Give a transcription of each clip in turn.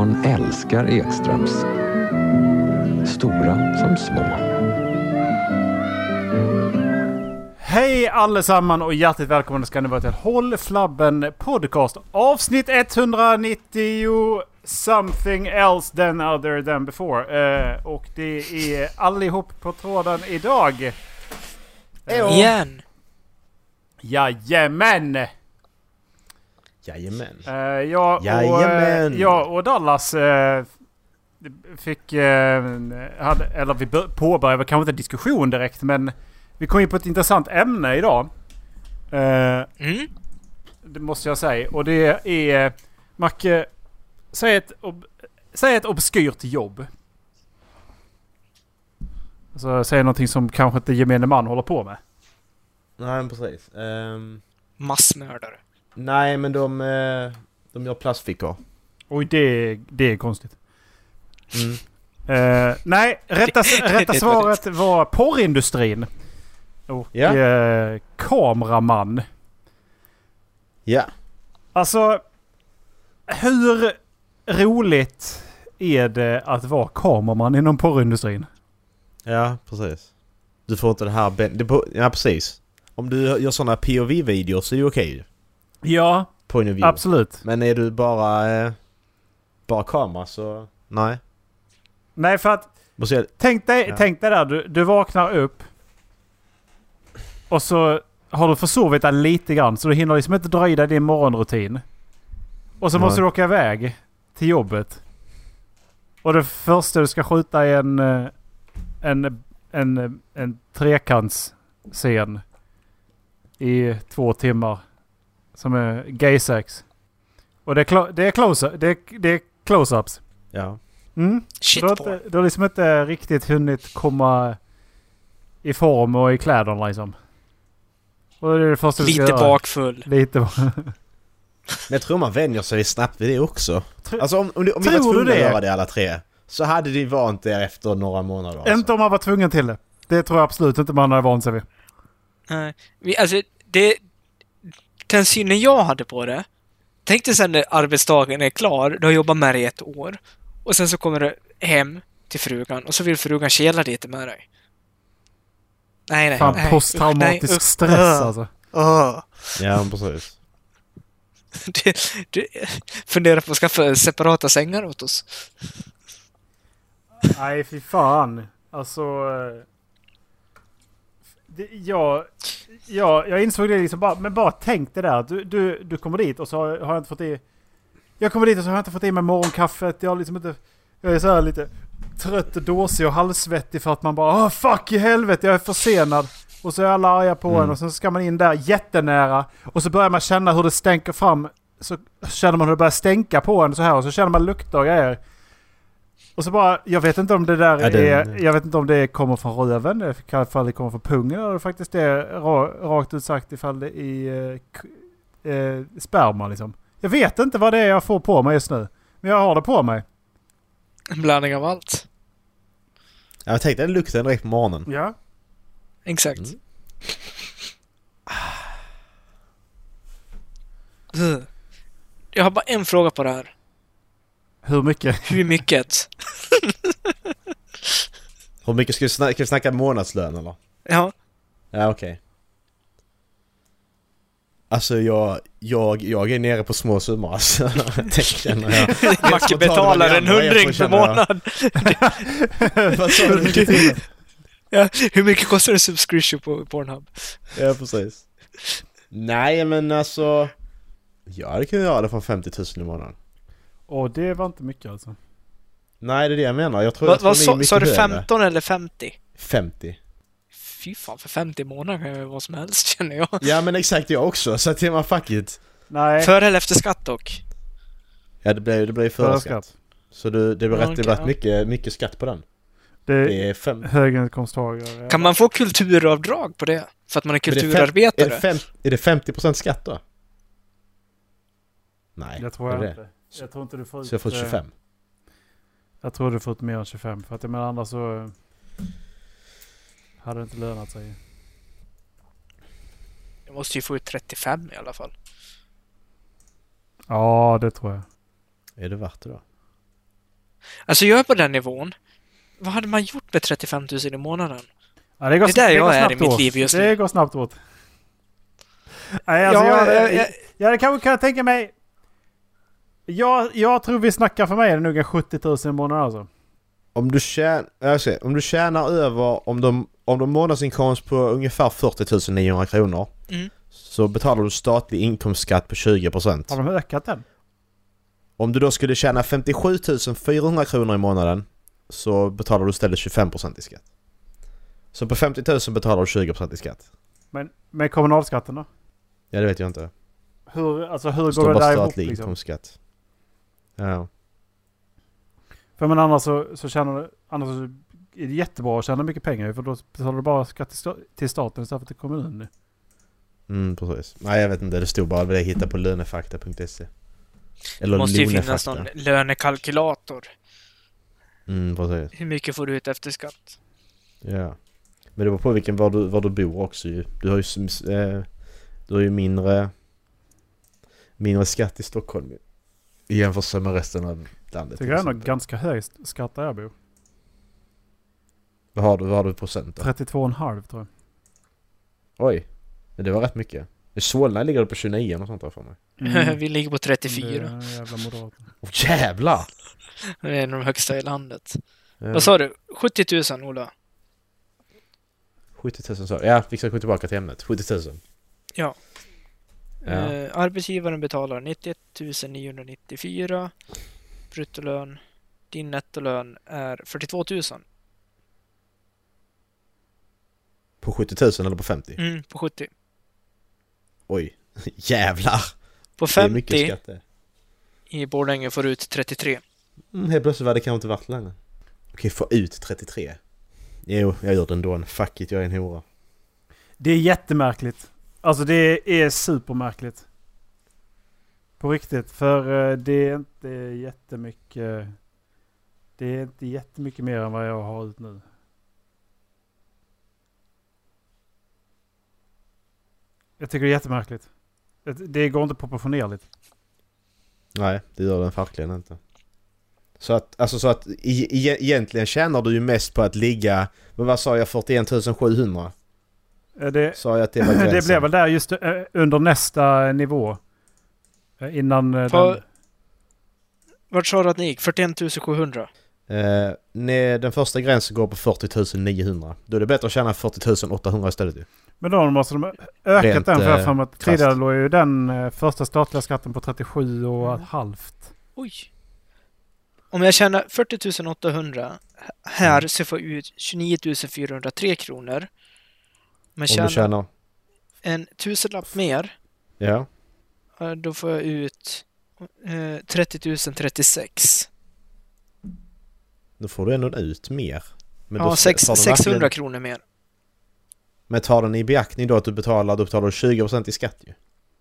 barn älskar Ekströms. Stora som små. Hej allesammans och hjärtligt välkomna ska ni vara till Håll Flabben podcast. Avsnitt 190 something else than other than before. Och det är allihop på tråden idag. Igen. Jajamän. Jajamän. Jag och Dallas fick... vi påbörjade kanske inte en diskussion direkt, men vi kom in på ett intressant ämne idag. Det måste jag säga. Och det är... Macke, säg ett obskyrt jobb. Alltså, säg någonting som kanske inte gemene man håller på med. Nej, precis. Massmördare. Nej, men de gör plastfickor. Oj, det är konstigt. Nej, rätta svaret var porrindustrin. Och kameraman. Ja. Alltså, hur roligt är det att vara kameraman inom porrindustrin? Ja, precis. Du får inte det här... Ja, precis. Om du gör sådana POV-videor så är det okej. Ja, absolut. Men är du bara kamera så... Nej. Nej, för att... Tänk dig där, du vaknar upp och så har du försovit dig lite grann så du hinner liksom inte dra i dig din morgonrutin. Och så måste du åka iväg till jobbet. Och det första du ska skjuta är en trekantsscen i 2 timmar som är gay sex. Och det är close-ups. Ja. Du har liksom inte riktigt hunnit komma i form och i kläderna liksom. Och det är det första du ska lite göra. Bakfull. Men jag tror man vänjer sig snabbt vid det också. Alltså om vi var tvungna att göra det alla 3 så hade det vant er efter några månader. Alltså. Inte om man var tvungen till det. Det tror jag absolut inte man hade vant sig vid. Alltså, den synen jag hade på det. Tänk dig sen när arbetsdagen är klar. Du har jobbat med det i 1 år. Och sen så kommer du hem till frugan. Och så vill frugan kela lite med dig. Nej. Fan, posttraumatisk stress alltså. Ja, precis. Du funderar på att skaffa separata sängar åt oss. Nej, fy fan. Alltså... Jag insåg det liksom bara... Men bara tänk det där. Du kommer dit och så har jag inte fått i... Jag kommer dit och så har jag inte fått i mig morgonkaffet. Jag har liksom inte... Jag är så här lite trött och dåsig och halvsvettig för att man bara... fuck i helvete, jag är försenad. Och så är alla arga på en och sen ska man in där jättenära. Och så börjar man känna hur det stänker fram. Så känner man hur det börjar stänka på en så här. Och så känner man lukter och grejer. Och så bara... Jag vet inte om det där är... Jag vet inte om det kommer från röven. Ifall det kommer från pungen. Eller faktiskt det är rakt ut sagt ifall det är sperma liksom. Jag vet inte vad det är jag får på mig just nu. Men jag har det på mig. En blandning av allt. Jag tänkte den lukten direkt på morgonen. Ja. Exakt. Jag har bara en fråga på det här. Hur mycket? Hur mycket? Hur mycket ska vi snacka månadslön eller? Ja. Ja, okej. Alltså jag är nere på små summor alltså. Macke betalar en 100 per månad. Vad sa du? Ja, hur mycket kostar en subscription på Pornhub? Ja, precis. Nej, men alltså... Ja, det kan jag göra det för 50 000 i månaden. Och det var inte mycket alltså. Nej, det är det jag menar. Jag tror vad sa du, 15 eller 50? 50. Fy fan, för 50 månader kan jag göra vad som helst, känner jag. Ja, men exakt jag också. Så att det var fuck it. Nej. Före eller efter skatt dock? Ja, det blir före skatt. Så det blir rätt mycket skatt på den. Det är höginkomsttagare. Kan man få kulturavdrag på det? För att man är kulturarbetare? Är det 50% skatt då? Nej. Jag tror inte. Jag tror inte du får ut... Så jag får 25. Jag tror du får ut mer än 25. För att jag menar annars så... hade det inte lönat sig. Jag måste ju få ut 35 i alla fall. Ja, det tror jag. Är det värt det då? Alltså jag är på den nivån. Vad hade man gjort med 35 000 i månaden? Ja, det där jag är i mitt liv just nu. Det går snabbt åt. Nej, alltså jag kan tänka mig... Jag tror vi snackar för mig är det nog 70 000 i månaden alltså. Om du tjänar över... Om de månadsinkomst på ungefär 40 900 kronor så betalar du statlig inkomstskatt på 20%. Har de ökat den? Om du då skulle tjäna 57 400 kronor i månaden så betalar du istället 25% i skatt. Så på 50 000 betalar du 20% i skatt. Men med kommunalskatten då? Ja, det vet jag inte. Hur går det där ihop statlig liksom? inkomstskatt. Ja. För men annars så tjänar du... Annars så är det jättebra att tjäna mycket pengar för då betalar du bara skatt till staten istället för till kommunen. Precis. Nej, jag vet inte. Det stod bara vad jag hittade på lönefakta.se. Eller det måste ju finnas någon lönekalkylator. Precis. Hur mycket får du ut efter skatt? Ja. Men det var på vilken var du bor också ju. Du har ju mindre skatt i Stockholm i jämförelse med resten av landet. Tycker jag är nog ganska hög skatt där jag bor. Vad har du procent då? 32,5 tror jag. Oj, det var rätt mycket. I Solna ligger det på 29 och sånt där för mig. Vi ligger på 34. Det är jävla moderat. Jävlar! Det är en av de högsta i landet. Ja. Vad sa du? 70 000, Ola? 70 000 sa ja, vi ska gå tillbaka till ämnet. 70 000. Ja. Arbetsgivaren betalar 91 994 bruttolön. Din nettolön är 42 000. På 70 000 eller på 50? På 70. Oj, jävlar! På 50 det är mycket skatt det. I Borlänge får du ut 33. Helt plötsligt var det kanske inte varit längre. Okej, få ut 33. Jo, jag gör den då. Fuck it, jag är en hora. Det är jättemärkligt. Alltså det är supermärkligt. På riktigt. För det är inte jättemycket... Det är inte jättemycket mer än vad jag har ut nu. Jag tycker det är jättemärkligt. Det går inte proportionerligt. Nej, det gör den verkligen inte. Så att egentligen tjänar du ju mest på att ligga... Vad sa jag? 41 700? Sa jag att det var gränsen? Det blev väl där just under nästa nivå. Innan Vart sa du att ni gick? 41 700? Nej, den första gränsen går på 40 900. Då är det bättre att tjäna 40 800 istället ju. Men då måste de ökat den för att tidigare låg ju den första statliga skatten på 37,5. Oj. Om jag tjänar 40 800 här så får jag ut 29 403 kronor. Men om du tjänar en tusenlapp mer. Ja. Då får jag ut 30 036. Då får du ändå ut mer. Men ja, 600 kronor mer. Men tar den i beaktning då att du betalar 20% i skatt ju.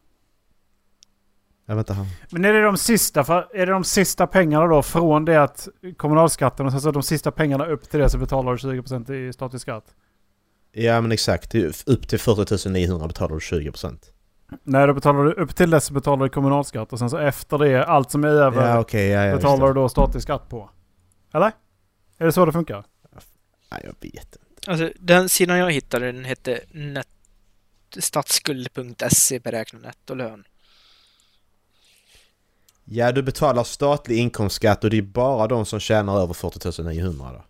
Jag vet inte. Men är det de sista pengarna då från det att kommunalskatten och sen så de sista pengarna upp till det så betalar du 20% i statlig skatt? Ja men exakt. Upp till 40 900 betalar du 20%. Nej, då betalar du upp till det så betalar du kommunalskatt och sen så efter det, allt som är över betalar du då statlig skatt på. Eller? Är det så det funkar? Nej, jag vet inte. Alltså, den sidan jag hittade, den hette statsskuld.se beräkna nettolön. Ja, du betalar statlig inkomstskatt och det är bara de som tjänar över 40 900 då.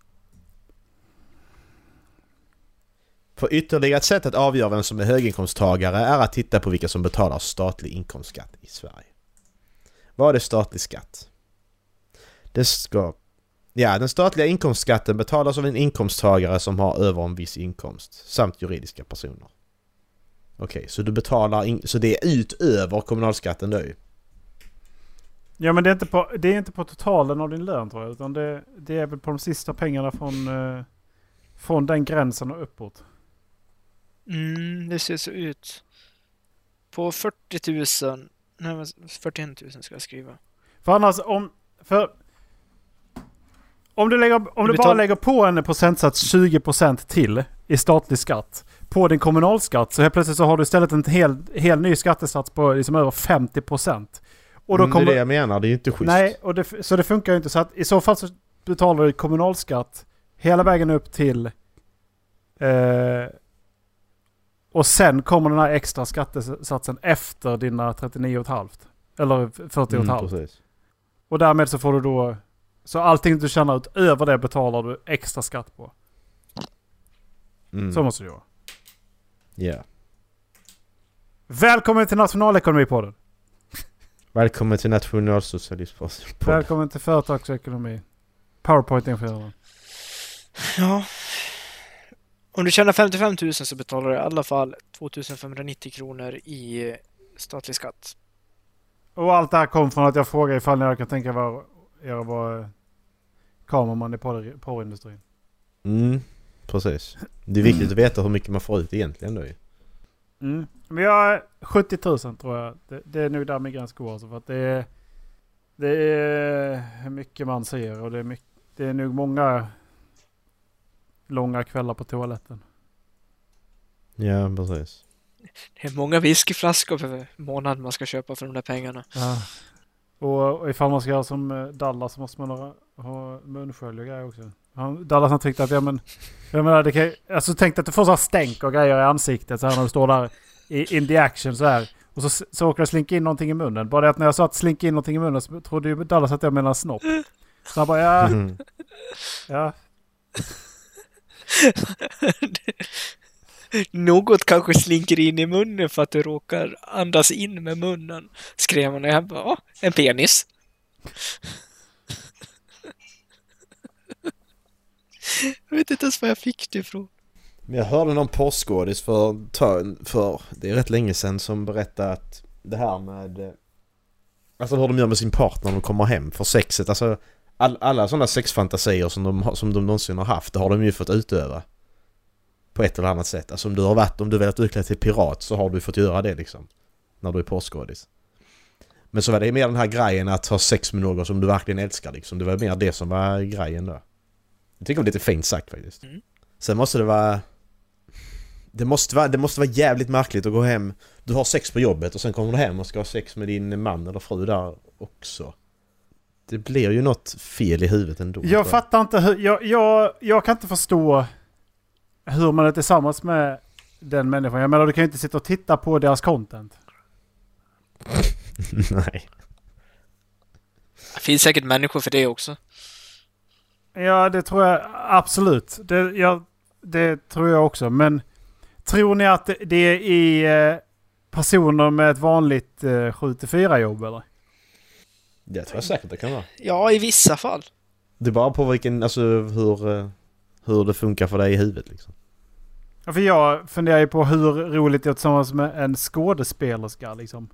För ytterligare ett sätt att avgöra vem som är höginkomsttagare är att titta på vilka som betalar statlig inkomstskatt i Sverige. Vad är statlig skatt? Den statliga inkomstskatten betalas av en inkomsttagare som har över en viss inkomst samt juridiska personer. Okej, så du betalar så det är utöver kommunalskatten då ju. Ja, men det är inte på totalen av din lön tror jag, utan det är väl på de sista pengarna från den gränsen och uppåt. Det ser så ut. På 40 000... Nej, 41 000 ska jag skriva. För annars, om du bara lägger på en procentsats 20% till i statlig skatt på din kommunalskatt så helt plötsligt så har du istället en hel ny skattesats på liksom över 50%. Och då det är det jag menar, det är ju inte schysst. Nej, så det funkar ju inte. Så att i så fall så betalar du kommunalskatt hela vägen upp till och sen kommer den här extra skattesatsen efter dina 39,5 eller 40,5. Precis. Och därmed så får du då, så allting du tjänar utöver det betalar du extra skatt på. Så måste du göra. Ja. Yeah. Välkommen till Nationalekonomipodden. Välkommen till Nationalsocialistpodden. Välkommen till Företagsekonomi. PowerPoint-ingenjören. Ja. Om du tjänar 55 000 så betalar du i alla fall 2590 kronor i statlig skatt. Och allt det här kom från att jag frågade ifall jag kan tänka vara kameraman i porrindustrin. Precis. Det är viktigt att veta hur mycket man får ut egentligen då ju. Men jag har 70 000 tror jag. Det är nog där min gräns går. Alltså, för att det är mycket man ser. Och det är nog många långa kvällar på toaletten. Ja, precis. Det är många whiskyflaskor per månad man ska köpa för de där pengarna. Ja. Och ifall man ska göra som Dallas så måste man ha munskölj och grejer också. Dallas har tyckt att jag menar, det kan, alltså tänkte att du får så här stänk och grejer i ansiktet så här när du står där in the action så här. Och så åker det slinka in någonting i munnen. Bara det att när jag sa att slinka in någonting i munnen så trodde ju Dallas att jag menar snopp. Så han bara, ja. Något kanske slinker in i munnen för att du råkar andas in med munnen. Skrev han och jag bara, en penis. Jag vet inte ens var jag fick det ifrån. Men jag hörde någon porrskådis för det är rätt länge sedan som berättade att det här med alltså hur de gör med sin partner när de kommer hem för sexet, alltså alla sådana sexfantasier som de någonsin har haft, det har de ju fått utöva på ett eller annat sätt. Alltså om du har velat utklä till pirat så har du fått göra det liksom när du är porrskådis. Men så var det mer den här grejen att ha sex med någon som du verkligen älskar liksom. Det var mer det som var grejen då. Jag tycker det var lite fint sagt faktiskt. Sen måste det måste vara jävligt märkligt att gå hem. Du har sex på jobbet och sen kommer du hem och ska ha sex med din man eller fru där också. Det blir ju något fel i huvudet ändå. Jag fattar inte hur... Jag kan inte förstå hur man är tillsammans med den människan. Jag menar, du kan ju inte sitta och titta på deras content. Nej. Det finns säkert människor för det också. Ja, det tror jag absolut. Det tror jag också. Men tror ni att det är i personer med ett vanligt 7-4-jobb eller? Det tror jag säkert det kan vara. Ja, i vissa fall. Det är bara på vilken, alltså hur det funkar för dig i huvudet liksom. Ja, för jag funderar ju på hur roligt det är tillsammans med en skådespelerska liksom.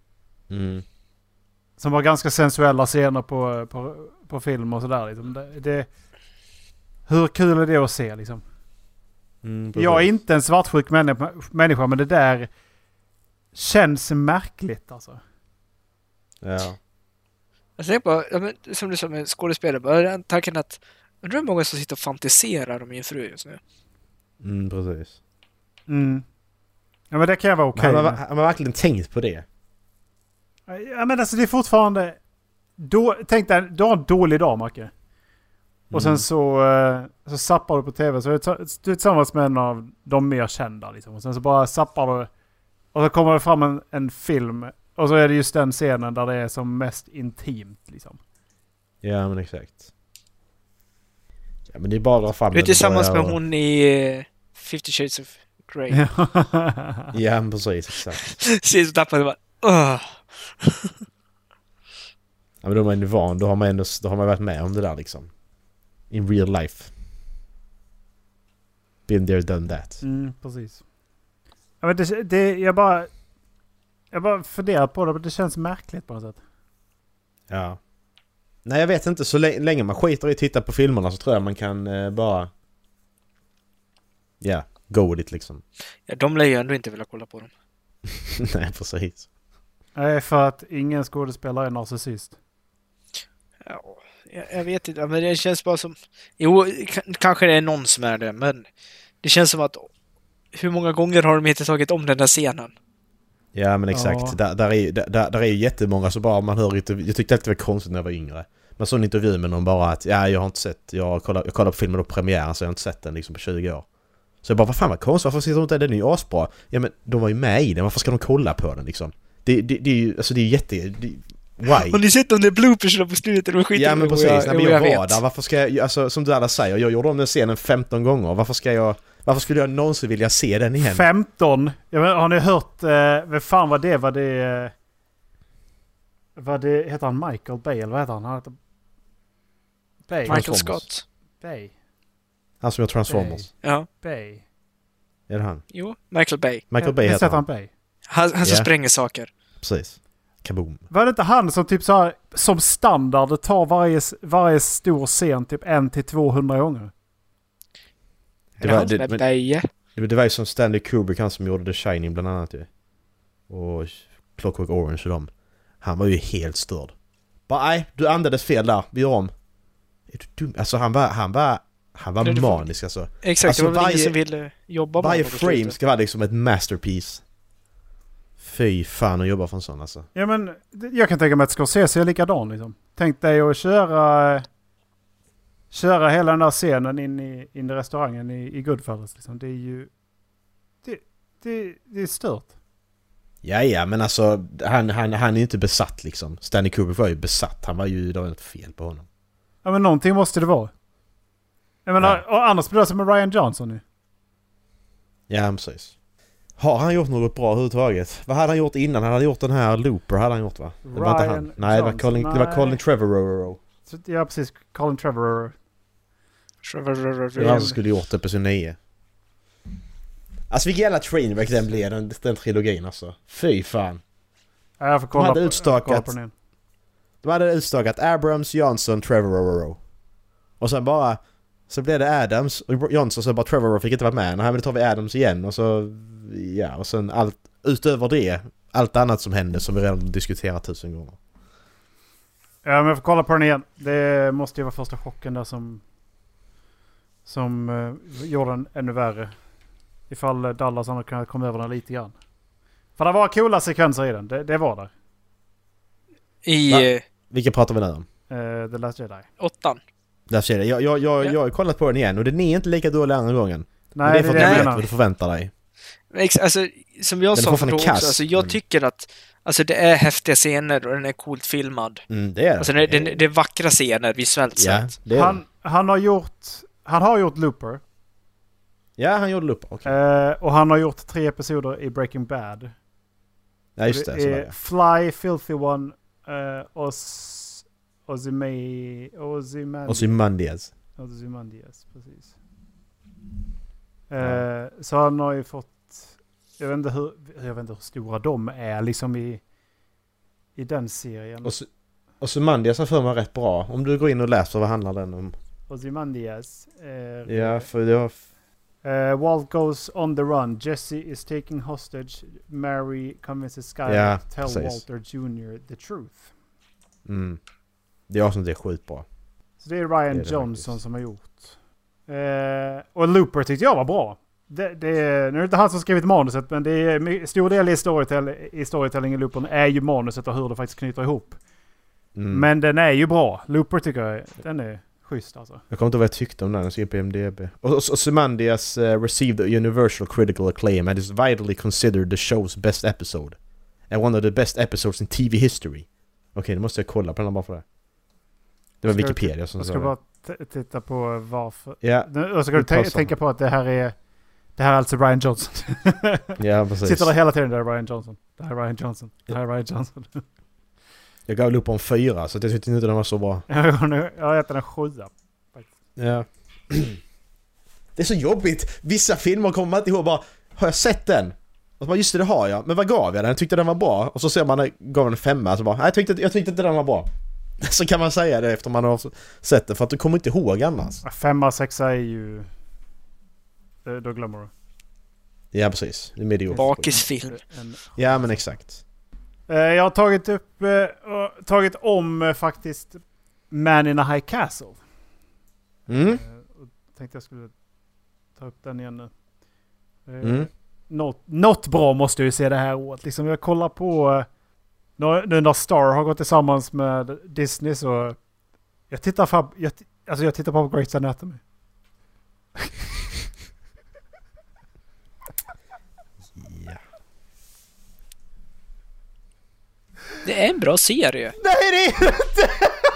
Som har ganska sensuella scener på film och sådär liksom. Hur kul är det att se liksom? Jag är inte en svartsjuk människa, men det där känns märkligt alltså. Ja. Jag tänker på, som du sa med skådespelare, bara tanken att undrar hur många som sitter och fantiserar om min fru just nu. Precis. Ja, men det kan jag vara okej. Har man verkligen tänkt på det? Ja, men alltså det är fortfarande... Tänk dig, du har en dålig dag, Macke. Och sen så zappar du på tv. Så du är tillsammans med en av de mer kända. Liksom. Och sen så bara zappar du. Och så kommer det fram en film. Och så är det just den scenen där det är som mest intimt. Liksom. Ja, men exakt. Ja, men det är bara fram. Du är tillsammans med hon i 50 Shades of Grey. Ja, precis. Exakt. Precis, tappade bara... Ja, men då är man ju van. Då har man varit med om det där liksom. In real life. Been there, done that. Precis. Ja, men jag bara funderar på det, men det känns märkligt på något sätt. Ja. Nej, jag vet inte. Så länge man skiter i att titta på filmerna så tror jag man kan bara... Ja, go with it liksom. Ja, de lär ju ändå inte vilja kolla på dem. Nej, precis. Nej, för att ingen skådespelare är narcissist. Ja, jag vet inte, men det känns bara som... Jo, kanske det är någon som är det, men det känns som att hur många gånger har de inte tagit om den där scenen? Ja men exakt. Ja. Där är ju jättemånga så bara man hör inte. Jag tyckte alltid det var konstigt när jag var yngre. Man såg en intervju med någon bara att jag har inte sett. Jag kollade på filmen och premiären så jag har inte sett den liksom på 20 år. Så jag bara vad fan vad konstigt. Varför sitter de inte? Den är ju asbra. Ja men de var ju med i den. Varför ska de kolla på den liksom? Det är ju alltså det är ju why? Har ni sett de där bloopersarna på slutet? De skiter. Ja men precis. Jag var där. Varför ska jag alltså som du alla säger. Jag gjorde om den scenen 15 gånger. Varför skulle jag någonsin vilja se den igen? 15? Har ni hört... vad fan var det? Vad det heter han? Michael Bay? Eller vad heter han? Han heter... Bay. Michael Scott. Bay. Han som gör Transformers. Ja. Bay. Är det han? Jo, Michael Bay. Michael Bay heter han. Bay. Han som spränger saker. Precis. Kaboom. Var det inte han som typ så här, som standard tar varje stor scen typ 1-200 gånger? Det var ju som Stanley Kubrick, han som gjorde The Shining bland annat ju. Och Clockwork Orange och dem. Han var ju helt störd. Bara nej, du andades fel där. Vi gör om. Är du dum? Alltså han var manisk alltså. Exakt, alltså, det var väl ingen som ville jobba med varje frame ska vara liksom ett masterpiece. Fy fan att jobba för en sån alltså. Ja men jag kan tänka mig att Scorsese är likadan liksom. Tänk dig att köra hela den där scenen in i restaurangen i Goodfellas liksom. Det är ju det är stört. Ja men alltså han är inte besatt liksom. Stanley Kubrick var ju besatt. Han var ju, det var något fel på honom. Ja men någonting måste det vara. Jag menar, och annars blir det som med Ryan Johnson nu. Ja precis. Har han gjort något bra överhuvudtaget? Vad hade han gjort innan? Han hade gjort den här Looper hade han gjort va? Det var inte han. Nej, det var Colin Trevorrow. Ja precis, Colin Trevorrow. Det var han som skulle gjort Episod 9. Alltså vilken jävla trainwreck den blev, den trilogin alltså. Fy fan. Ja, jag får kolla på den. De hade utstakat Abrams, Johnson, Trevorrow. Och sen bara... Så blev det Adams och Johnson, så bara Trevorrow fick inte vara med. Nej men då tar vi Adams igen och så... Ja, och sen allt... Utöver det, allt annat som hände som vi redan diskuterat 1000 gånger. Ja men jag får kolla på den igen. Det måste ju vara första chocken där som gjorde den ännu värre. Ifall Dallas hade kunnat komma över den lite grann. För det var coola sekvenser i den. Det var där. Vilka pratar vi nu om? The Last Jedi. 8. Last Jedi. Jag har kollat på den igen och den är inte lika dålig andra gången. Nej, det är för att du vet vad du förväntar dig. Alltså, som jag sa för då också, alltså, jag tycker att alltså, det är häftiga scener och den är coolt filmad. Det är alltså, det är vackra scener visuellt sett. Han har gjort Looper. Ja, han gjorde Looper. Okay. Och han har gjort 3 episoder i Breaking Bad. Ja, just det. Är Fly, Filthy One, Ozymandias, precis. Så han har ju fått... Jag vet inte hur stora de är liksom i den serien. Ozymandias har för mig rätt bra. Om du går in och läser, vad handlar den om? Ozymandias ja, för det var... Walt goes on the run. Jesse is taking hostage. Mary convinces Skyler to tell Walter Jr. the truth. Det är också det är sjukt bra. Så det är Ryan Johnson som har gjort. Och Looper tyckte jag var bra. Nu är det inte han som skrivit manuset, men det är stor del i storytelling i Looper är ju manuset och hur det faktiskt knyter ihop. Men den är ju bra. Looper tycker jag den är schysst alltså. Jag kommer inte ihåg vad jag tyckte om den. Jag skrev på IMDb. Och Ozymandias received a universal critical acclaim and is vitally considered the show's best episode. And one of the best episodes in TV history. Okej, nu måste jag kolla på den bara för det. Det var Wikipedia som sa det. Jag ska bara titta på varför. Ja. Och så kan du tänka på att det här är alltså Ryan Johnson. Ja, precis. Sitter där hela tiden där Ryan Johnson. Det här är Ryan Johnson. Det här är Ryan Johnson. Jag gav upp på en 4 så jag tyckte inte den var så bra. Jag har ätit en 7. Ja. Det är så jobbigt. Vissa filmer kommer man inte ihåg bara, har jag sett den? Och så bara, just det har jag. Men vad gav jag den? Jag tyckte den var bra. Och så ser man, gav den en 5. Så bara, jag tyckte inte den var bra. Så kan man säga det efter man har sett det. För att du kommer inte ihåg annars. 5, 6 är ju... Då glömmer du. Ja, precis. Det är mediokert. Bakisfilm. Ja, men exakt. Jag har tagit om faktiskt Man in a High Castle. Och tänkte jag skulle ta upp den igen nu. något bra måste jag ju se det här året. Liksom jag kollar på... Nu när Star har gått tillsammans med Disney så... Jag tittar på Grey's Anatomy. Ja. Det är en bra serie. Nej, det är inte!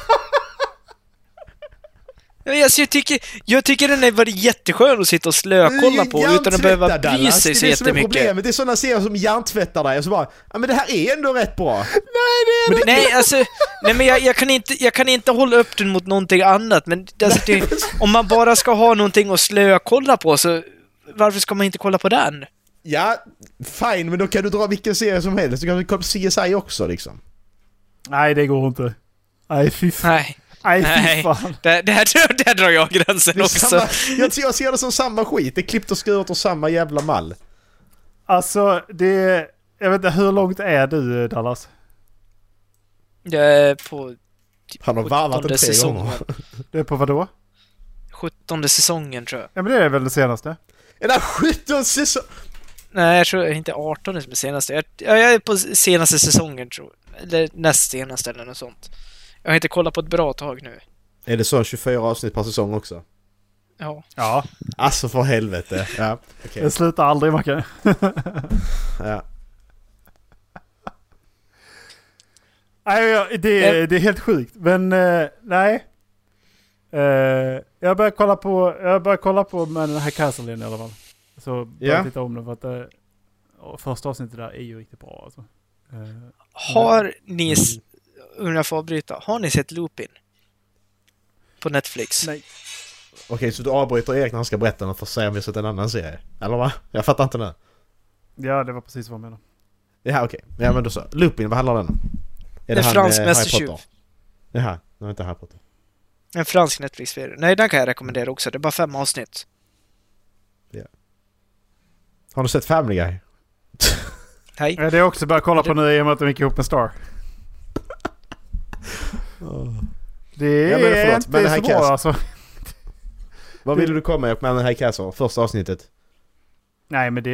Alltså, jag tycker den har varit jätteskön att sitta och slökolla på utan att behöva bry sig så jättemycket. Det är sådana serier som hjärntvättar dig och så bara, ja men det här är ändå rätt bra. Nej, det är det. Nej, alltså, men jag kan inte hålla upp den mot någonting annat, men alltså, om man bara ska ha någonting att slökolla på så varför ska man inte kolla på den? Ja, fine, men då kan du dra vilken serie som helst. Du kan kolla på CSI också liksom. Nej, det går inte. Nej, fy fan. Nej, fan. Där drar jag gränsen också. Samma, jag ser det som samma skit. Det är klippt och skuret och samma jävla mall. Alltså, jag vet inte, hur långt är du, Dallas? Jag är på Han har varvat det 3 gånger. Du är på vad då? 17:e säsongen, tror jag. Ja, men det är väl det senaste. Är det 17 säsong? Nej, jag tror inte 18 som är senaste. Jag är på senaste säsongen, tror jag. Eller näst senaste eller något sånt. Jag har inte kollat på ett bra tag nu. Är det så 24 avsnitt per säsong också? Ja. Alltså för helvete. Ja, okay. Det slutar aldrig, Macke. Ja. Nej, det är helt sjukt. Men nej. Jag börjar kolla på med den här Castle i alla fall. Så börjar jag titta om den för att första avsnittet där är ju riktigt bra. Alltså. Har ni... Om jag får avbryta. Har ni sett Lupin? På Netflix? Nej. Okej, så du avbryter Erik när han ska berätta något för att säga om vi har sett en annan serie? Eller va? Jag fattar inte nu. Ja, det var precis vad jag menade. Ja, okej. Ja, men då så. Lupin, vad handlar den om? Är det en fransk mästertjuv. Jaha, det var inte Harry Potter. En fransk Netflix-serie. Nej, den kan jag rekommendera också. Det är bara 5 avsnitt. Ja. Har du sett Family Guy? Nej. Det är också bara kolla på nu i och med att de gick ihop med Star. Det är inte så bra alltså. Vad ville du komma med den här Castle? Första avsnittet? Nej, men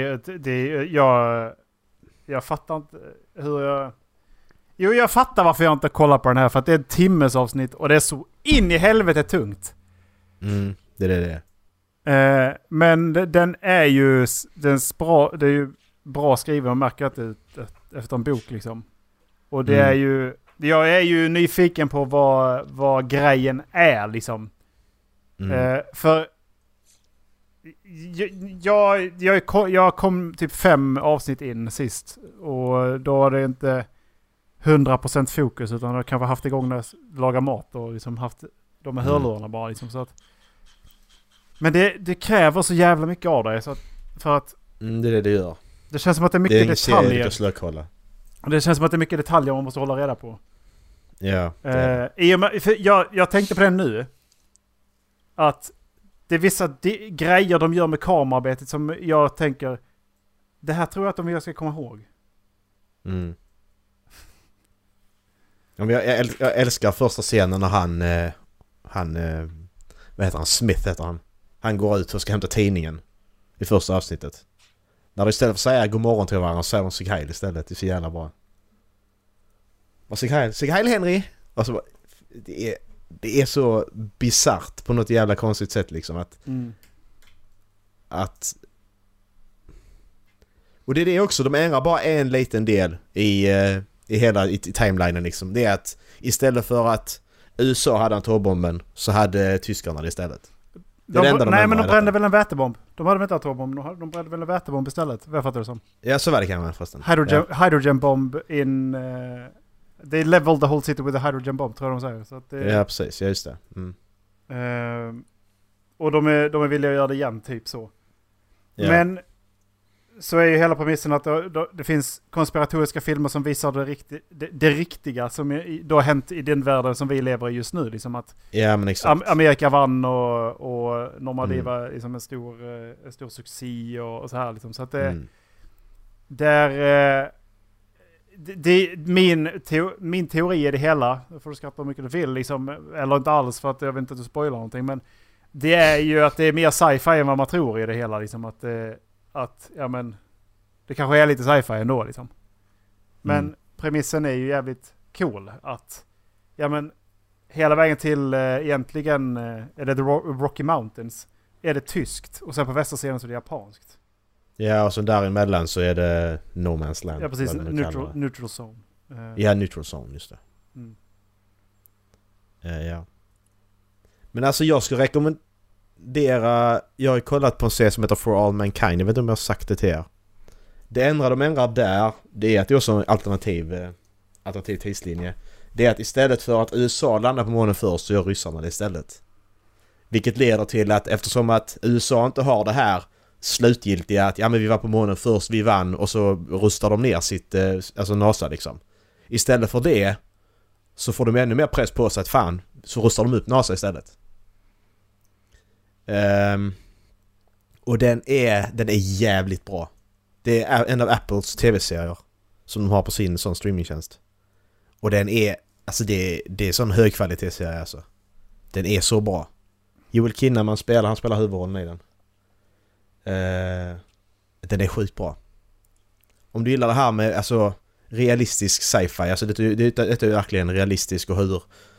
jag fattar inte hur jag... Jo, jag fattar varför jag inte kollar på den här. För att det är ett timmes avsnitt och det är så in i helvete tungt. Det är det. Men den är ju... det är ju bra skriven. Man märker att det är efter en bok liksom. Och det är ju... Jag är ju nyfiken på vad grejen är liksom. För jag kom typ 5 avsnitt in sist. Och då var det inte 100% fokus. Utan jag kanske haft igång när jag lagar mat. Och liksom haft de här hörlurarna bara. Liksom, så att, men det kräver så jävla mycket av dig. Så att, för att, det är det gör. Det känns som att det är mycket detaljer. Det känns som att det är mycket detaljer man måste hålla reda på. Ja. Jag tänkte på det nu. Att det är vissa grejer de gör med kamerarbetet som jag tänker, det här tror jag att jag ska komma ihåg. Jag älskar första scenen när han vad heter han? Smith heter han. Han går ut och ska hämta tidningen i första avsnittet. När de istället för att säga god morgon till varandra så säger de sig heil istället. Det är så jävla bra. Sig heil Henry. Alltså, det är så bizarrt på något jävla konstigt sätt liksom att och det är det också, de ändrar bara en liten del i hela i timelinen liksom. Det är att istället för att USA hade atombomben så hade tyskarna det istället. Men de brände väl en vätebomb. De hade väl inte atombomb, de brände väl en vätebomb istället. Vad fattar du som? Ja, så var det kanske förresten. Hydrogen bomb in... they leveled the whole city with a hydrogen bomb, tror jag de säger. Så att ja, precis. Ja, just det. Och de är villiga att göra det igen, typ så. Ja. Men så är ju hela premissen att det finns konspiratoriska filmer som visar det riktiga som då har hänt i den världen som vi lever i just nu. Liksom att men exakt. Amerika vann och Normandie var liksom en stor succé och så här. Liksom. Så att min teori är det hela. Jag får skratta hur mycket du vill. Liksom, eller inte alls för att jag vet inte att du spoilar någonting. Men det är ju att det är mer sci-fi än vad man tror i det hela. Liksom, att ja, men Det kanske är lite sci-fi ändå liksom. Men premissen är ju jävligt cool att hela vägen till egentligen är det The Rocky Mountains är det tyskt och sen på västersidan så är det japanskt. Ja, och så däremellan så är det No Man's Land. Ja, precis. Neutral Zone. Ja, Neutral Zone, just det. Ja. Men alltså jag skulle rekommendera... Jag har kollat på en serie som heter For All Mankind. Jag vet inte om jag har sagt det till er. De ändrar där, det är att det är också en alternativ tidslinje. Det är att istället för att USA landar på månen först så gör ryssarna det istället. Vilket leder till att eftersom att USA inte har det här slutgiltiga att vi var på månen först, vi vann och så rustar de ner sitt, alltså NASA liksom. Istället för det så får de ännu mer press på sig att fan, så rustar de upp NASA istället. Och den är jävligt bra. Det är en av Apples tv-serier som de har på sin sån streamingtjänst. Och den är, alltså det är sån högkvalitetsserie alltså. Den är så bra. Joel Kinnaman han spelar huvudrollen i den. Den är sjukt bra. Om du gillar det här med alltså realistisk sci-fi, alltså det är verkligen realistisk och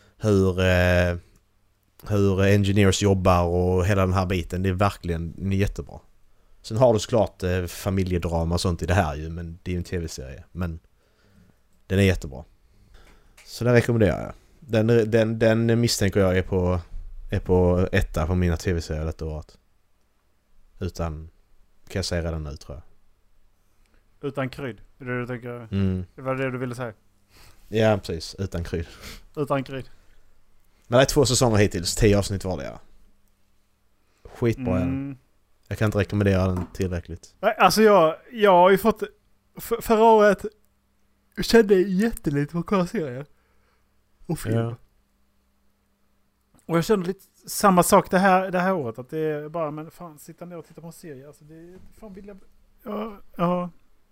hur engineers jobbar och hela den här biten, det är verkligen jättebra. Sen har du såklart familjedrama och sånt i det här ju, men det är ju en tv-serie, men den är jättebra. Så den rekommenderar jag. Den misstänker jag är på etta på mina tv-serier detta året. Utan, kan jag säga redan nu tror jag. Utan krydd, är det du tänker? Det var det du ville säga? Ja, precis. Utan krydd. Utan krydd. Men det är 2 säsonger hittills, 10 avsnitt var det, ja. Skitbra den. Jag kan inte rekommendera den tillräckligt. Nej, alltså jag har ju fått... Förra året kände jag jättelite på att kolla serier. Och film. Ja. Och jag känner lite samma sak det här året. Att det är bara, men fan, sitta ner och titta på en serie. Alltså det fan vill jag... Ja.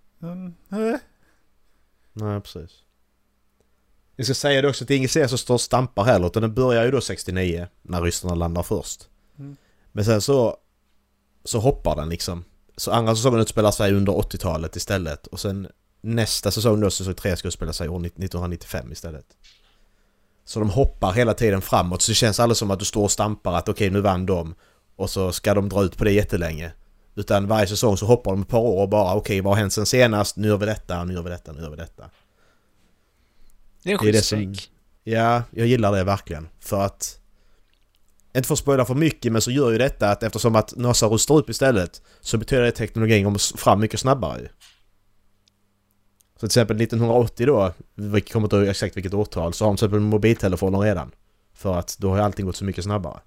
Nej, precis. Jag ska säga det också att det är ingen serie som står och stampar heller. Utan den börjar ju då 69 när ryssarna landar först. Men sen så hoppar den liksom. Så andra säsongen utspelar sig under 80-talet istället. Och sen nästa säsong då, säsong 3 ska utspela sig år 1995 istället. Så de hoppar hela tiden framåt. Så det känns alldeles som att du står och stampar att okej, nu vann de. Och så ska de dra ut på det jättelänge. Utan varje säsong så hoppar de ett par år och bara okej, vad har hänt sen senast? Nu gör vi detta. Det är en skitstryk. Ja, jag gillar det verkligen. För att inte för att spoila för mycket, men så gör ju detta att eftersom att NASA rustar upp istället så betyder det att teknologin kommer fram mycket snabbare ju. Så till exempel 1980 då, vi kommer inte ihåg exakt vilket årtal, så har de till exempel mobiltelefoner redan. För att då har allting gått så mycket snabbare.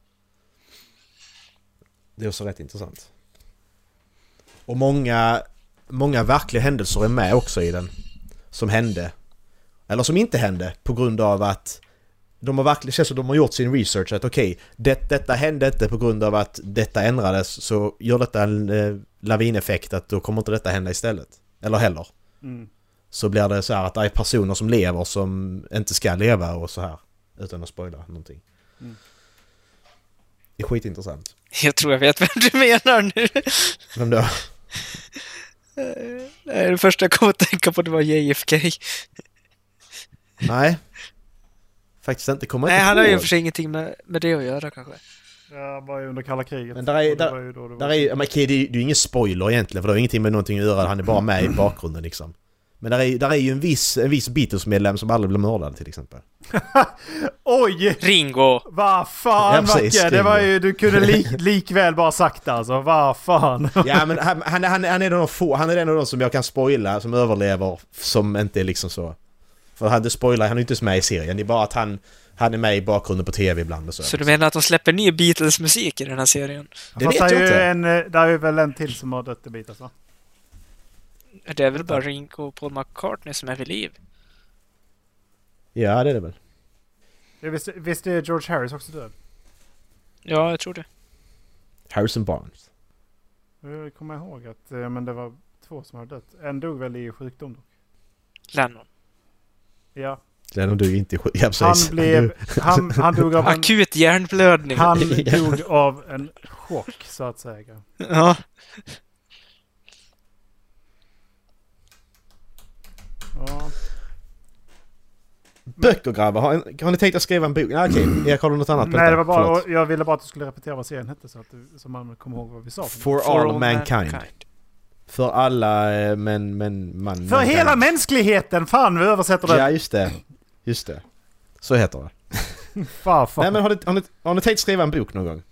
Det är också rätt intressant. Och många verkliga händelser är med också i den. Som hände. Eller som inte hände på grund av att de har verkligen känns som de har gjort sin research att okej, detta hände inte på grund av att detta ändrades, så gör detta en lavineffekt att då kommer inte detta hända istället. Eller heller. Så blir det så här att det är personer som lever som inte ska leva och så här. Utan att spoila någonting. Det är skitintressant. Jag tror jag vet vem du menar nu. Vem då? Nej, det första jag kom att tänka på det var JFK. Nej. Faktiskt inte komma. Nej, han har ju för sig ingenting med det att göra kanske. Ja, bara under kalla kriget. Men det är ju ingen spoiler egentligen, för det har ingenting med någonting att göra. Han är bara med i bakgrunden liksom. Men där är ju en viss Beatles-medlem som aldrig blev mördad till exempel. Oj! Ringo! Vad fan, Macke? Det var ju, du kunde likväl bara sagt det alltså. Vad fan? Ja, men han är en av de få. Han är en av de som jag kan spoila, som överlever, som inte är liksom så. För han är ju inte med i serien. Det är bara att han är med i bakgrunden på tv ibland och så. Så du menar att de släpper ny Beatles-musik i den här serien? Det vet jag inte. Det är ju väl en till som har dött i Beatles, va? Det är väl bara Ringo och Paul McCartney som är vid liv? Ja, det är det väl. Visst är George Harris också död? Ja, jag tror det. Harrison Barnes. Jag kommer ihåg att men det var 2 som har dött. En dog väl i sjukdom då? Lennon. Ja. Lennon dog inte i sjukdom. Han dog av en... Akut hjärnblödning. Han dog av en chock, så att säga. Ja. Ja. Böcker, grabbar. Har ni tänkt att skriva en bok? Nej, okej. Jag kollar något annat. Nej, det var bara, jag ville bara att du skulle repetera vad serien hette så att man kommer ihåg vad vi sa. For all mankind. För alla man. För hela mänskligheten! Fan, vi översätter det. Ja, just det. Så heter det. fan. Nej, men har ni tänkt skriva en bok någon gång?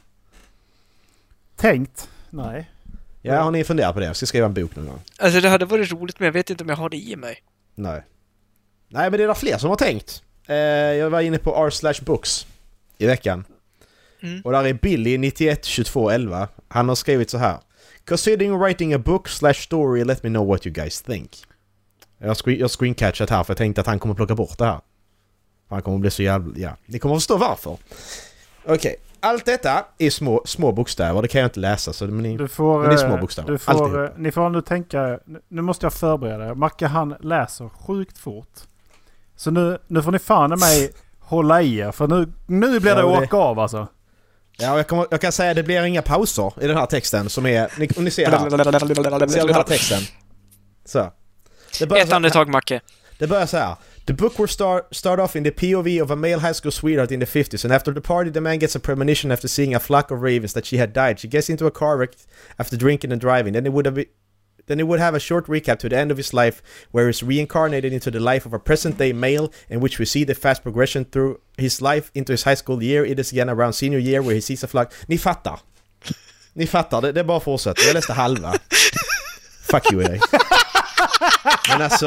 Tänkt? Nej. Ja, har ni funderat på det? Jag ska skriva en bok någon gång. Alltså det hade varit roligt, men jag vet inte om jag har det i mig. Nej, men det är fler som har tänkt. Jag var inne på r/books i veckan. Och där är Billy 912211. Han har skrivit så här: Considering writing a book/story, let me know what you guys think. Jag screencatchat här för jag tänkte att han kommer plocka bort det här. Han kommer bli så jävla... Ja, ni kommer att förstå varför. Okej. Allt detta är små bokstäver. Det kan jag inte läsa. Så men det är små bokstäver. Ni får nu tänka... Nu måste jag förbereda er. Macke, han läser sjukt fort. Så nu får ni fan i mig hålla i er. För nu blir det åka av alltså. Ja, jag kan säga att det blir inga pauser i den här texten som är... Om ni ser här. Ser den här texten? Så. Ett andetag, Macke. Det börjar så här. The book will start off in the POV of a male high school sweetheart in the 50s, and after the party the man gets a premonition after seeing a flock of ravens that she had died. She gets into a car wreck after drinking and driving. Then it would have a short recap to the end of his life where he's reincarnated into the life of a present-day male, in which we see the fast progression through his life into his high school year. It is again around senior year where he sees a flock. Ni fattar, det är bara fortsätt. Jag läste halva. Fuck you, dig. Men alltså...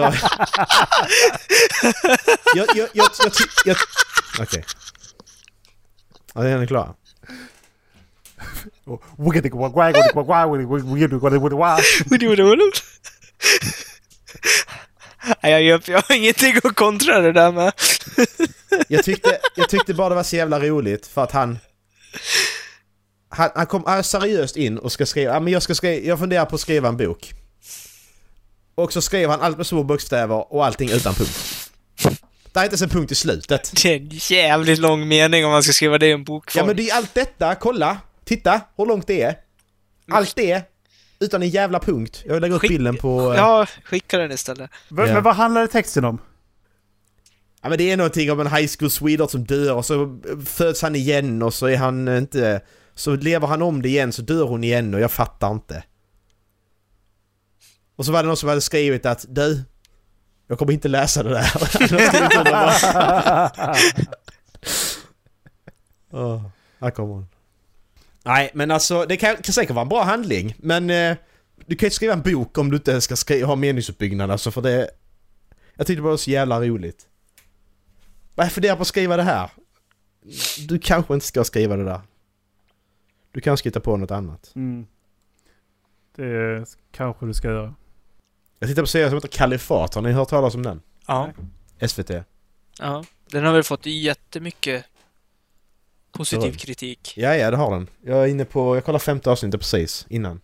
Okej. Ja, är ni klara? Jag har ingenting att kontra det där med. Jag tyckte bara det var så jävla roligt för att han kom seriöst in och ska skriva. Ja, men jag funderar på att skriva en bok. Och så skrev han allt med små bokstäver och allting utan punkt. Det är inte ens en punkt i slutet. Det är en jävligt lång mening om man ska skriva det i en bok. Ja, men det är allt detta. Kolla. Titta hur långt det är. Allt det utan en jävla punkt. Jag lägger upp bilden på... Ja, skicka den istället. Men vad handlar texten om? Ja, men det är någonting om en high school sweetheart som dör och så föds han igen och så är han inte... Så lever han om det igen så dör hon igen och jag fattar inte. Och så var det någon som hade skrivit att jag kommer inte läsa det där. Här kommer hon. Nej, men alltså det kan säkert vara en bra handling. Men du kan inte skriva en bok om du inte ska ha meningsuppbyggnad. Alltså för det... Jag tyckte det var så jävla roligt. Varför det är på att skriva det här? Du kanske inte ska skriva det där. Du kan skriva på något annat. Det kanske du ska göra. Jag tittar på serien som heter Kalifat. Har ni hört talas om den? Ja. SVT. Ja. Den har väl fått jättemycket positiv kritik. Ja, det har den. Jag kollar 5:e avsnittet precis innan.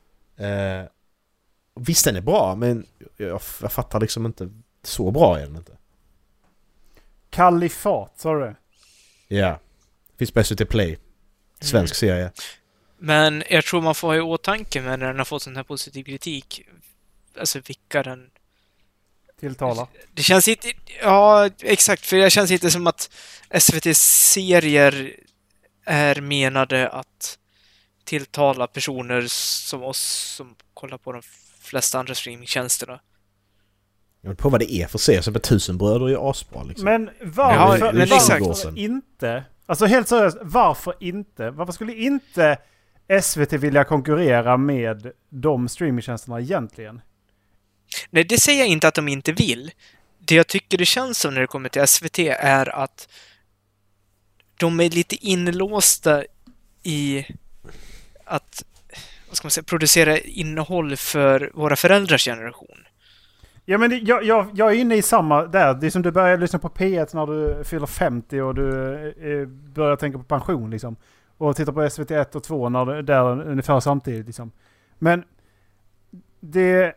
Visst, den är bra, men jag fattar liksom inte så bra är den inte. Kalifat, sa du det? Ja. Finns på SVT Play. Svensk serie. Men jag tror man får ha i åtanke när den har fått sån här positiv kritik. Alltså vilka den tilltalar. Det känns inte... Ja, exakt. För det känns inte som att SVT-serier är menade att tilltala personer som oss som kollar på de flesta andra streamingtjänsterna. Jag vet på vad det är för serier. Så Tusenbröder är asbra liksom. Men varför inte? Alltså helt seriöst, varför inte? Varför skulle inte SVT vilja konkurrera med de streamingtjänsterna egentligen? Nej, det säger jag inte att de inte vill. Det jag tycker det känns som när det kommer till SVT är att de är lite inlåsta i att, vad ska man säga, producera innehåll för våra föräldrars generation. Ja, men jag är inne i samma där. Det är som du börjar lyssna på P1 när du fyller 50 och du börjar tänka på pension liksom. Och titta på SVT 1 och 2 när det är ungefär samtidigt liksom. Men det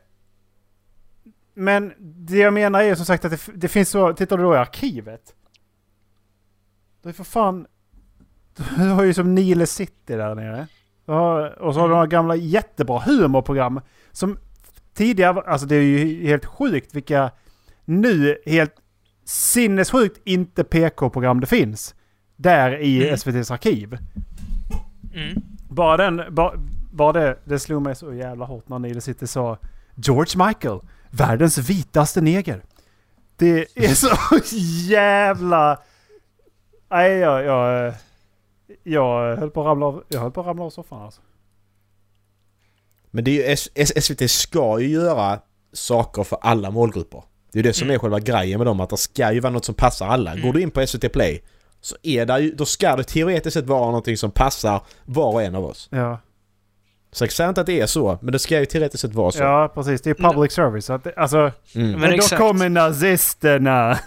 jag menar är som sagt att det finns så, tittar du då i arkivet. Det är för fan, du har ju som Nile City där nere. Och så har du några gamla jättebra humorprogram som tidigare, alltså det är ju helt sjukt vilka nu helt sinnessjukt inte PK-program det finns. Där i SVT:s arkiv. Bara det slog mig så jävla hårt när Nile City sa George Michael, världens vitaste neger. Det är så jävla... Nej, jag höll på att ramla av soffan alltså. Men det är ju, SVT ska ju göra saker för alla målgrupper. Det är ju det som är själva grejen med dem, att det ska ju vara något som passar alla. Går du in på SVT Play så är det ju, då ska det teoretiskt sett vara någonting som passar var och en av oss. Ja. Så jag säger inte att det är så, men det ska ju teoretiskt sett vara så. Ja, precis. Det är public service. Att det, alltså, Men då exakt. kommer nazisterna.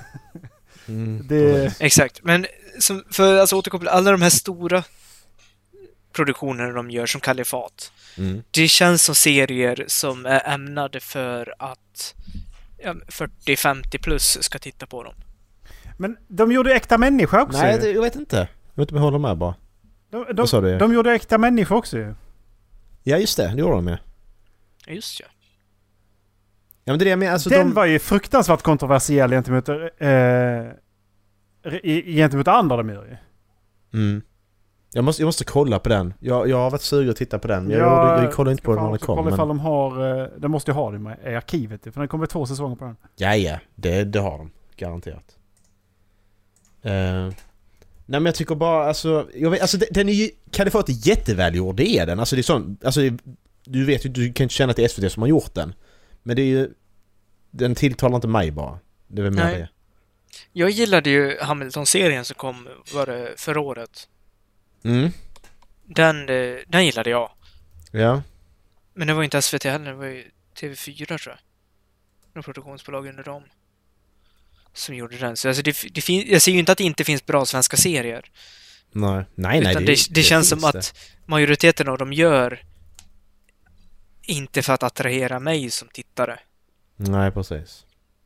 Exakt. Men för alltså återkoppla alla de här stora produktionerna de gör som Kalifat. Det känns som serier som är ämnade för att 40-50 plus ska titta på dem. Men de gjorde äkta människor också. Nej, jag vet inte. Jag vet inte om jag håller med bara. Vad sa du? De gjorde äkta människor också ju. Ja, just det gjorde de med. Just ja. Ja, men det är med, alltså den var ju fruktansvärt kontroversiell gentemot andra de gör ju. Jag måste kolla på den. Jag har varit sugen att titta på den. Men jag kollar inte på den när den kom. Ifall de har... De måste ju ha det med i arkivet. För den kommer 2 säsonger på den. Ja. Det har de. Garanterat. Nej, men jag tycker bara... Alltså den är ju... Kalifat är jättevälgjord. Det är den. Alltså det är sån... Alltså, du vet ju... Du kan inte känna att det är SVT som har gjort den. Men det är ju... Den tilltalar inte mig bara. Det är väl mer det. Jag gillade ju Hamilton-serien som kom förra året. Den gillade jag. Ja. Men det var inte SVT heller, det var ju TV4 tror jag. Några produktionsbolag under dem som gjorde den. Så alltså jag ser ju inte att det inte finns bra svenska serier. Nej. Utan det känns som att majoriteten av dem gör inte för att attrahera mig som tittare. Nej, precis.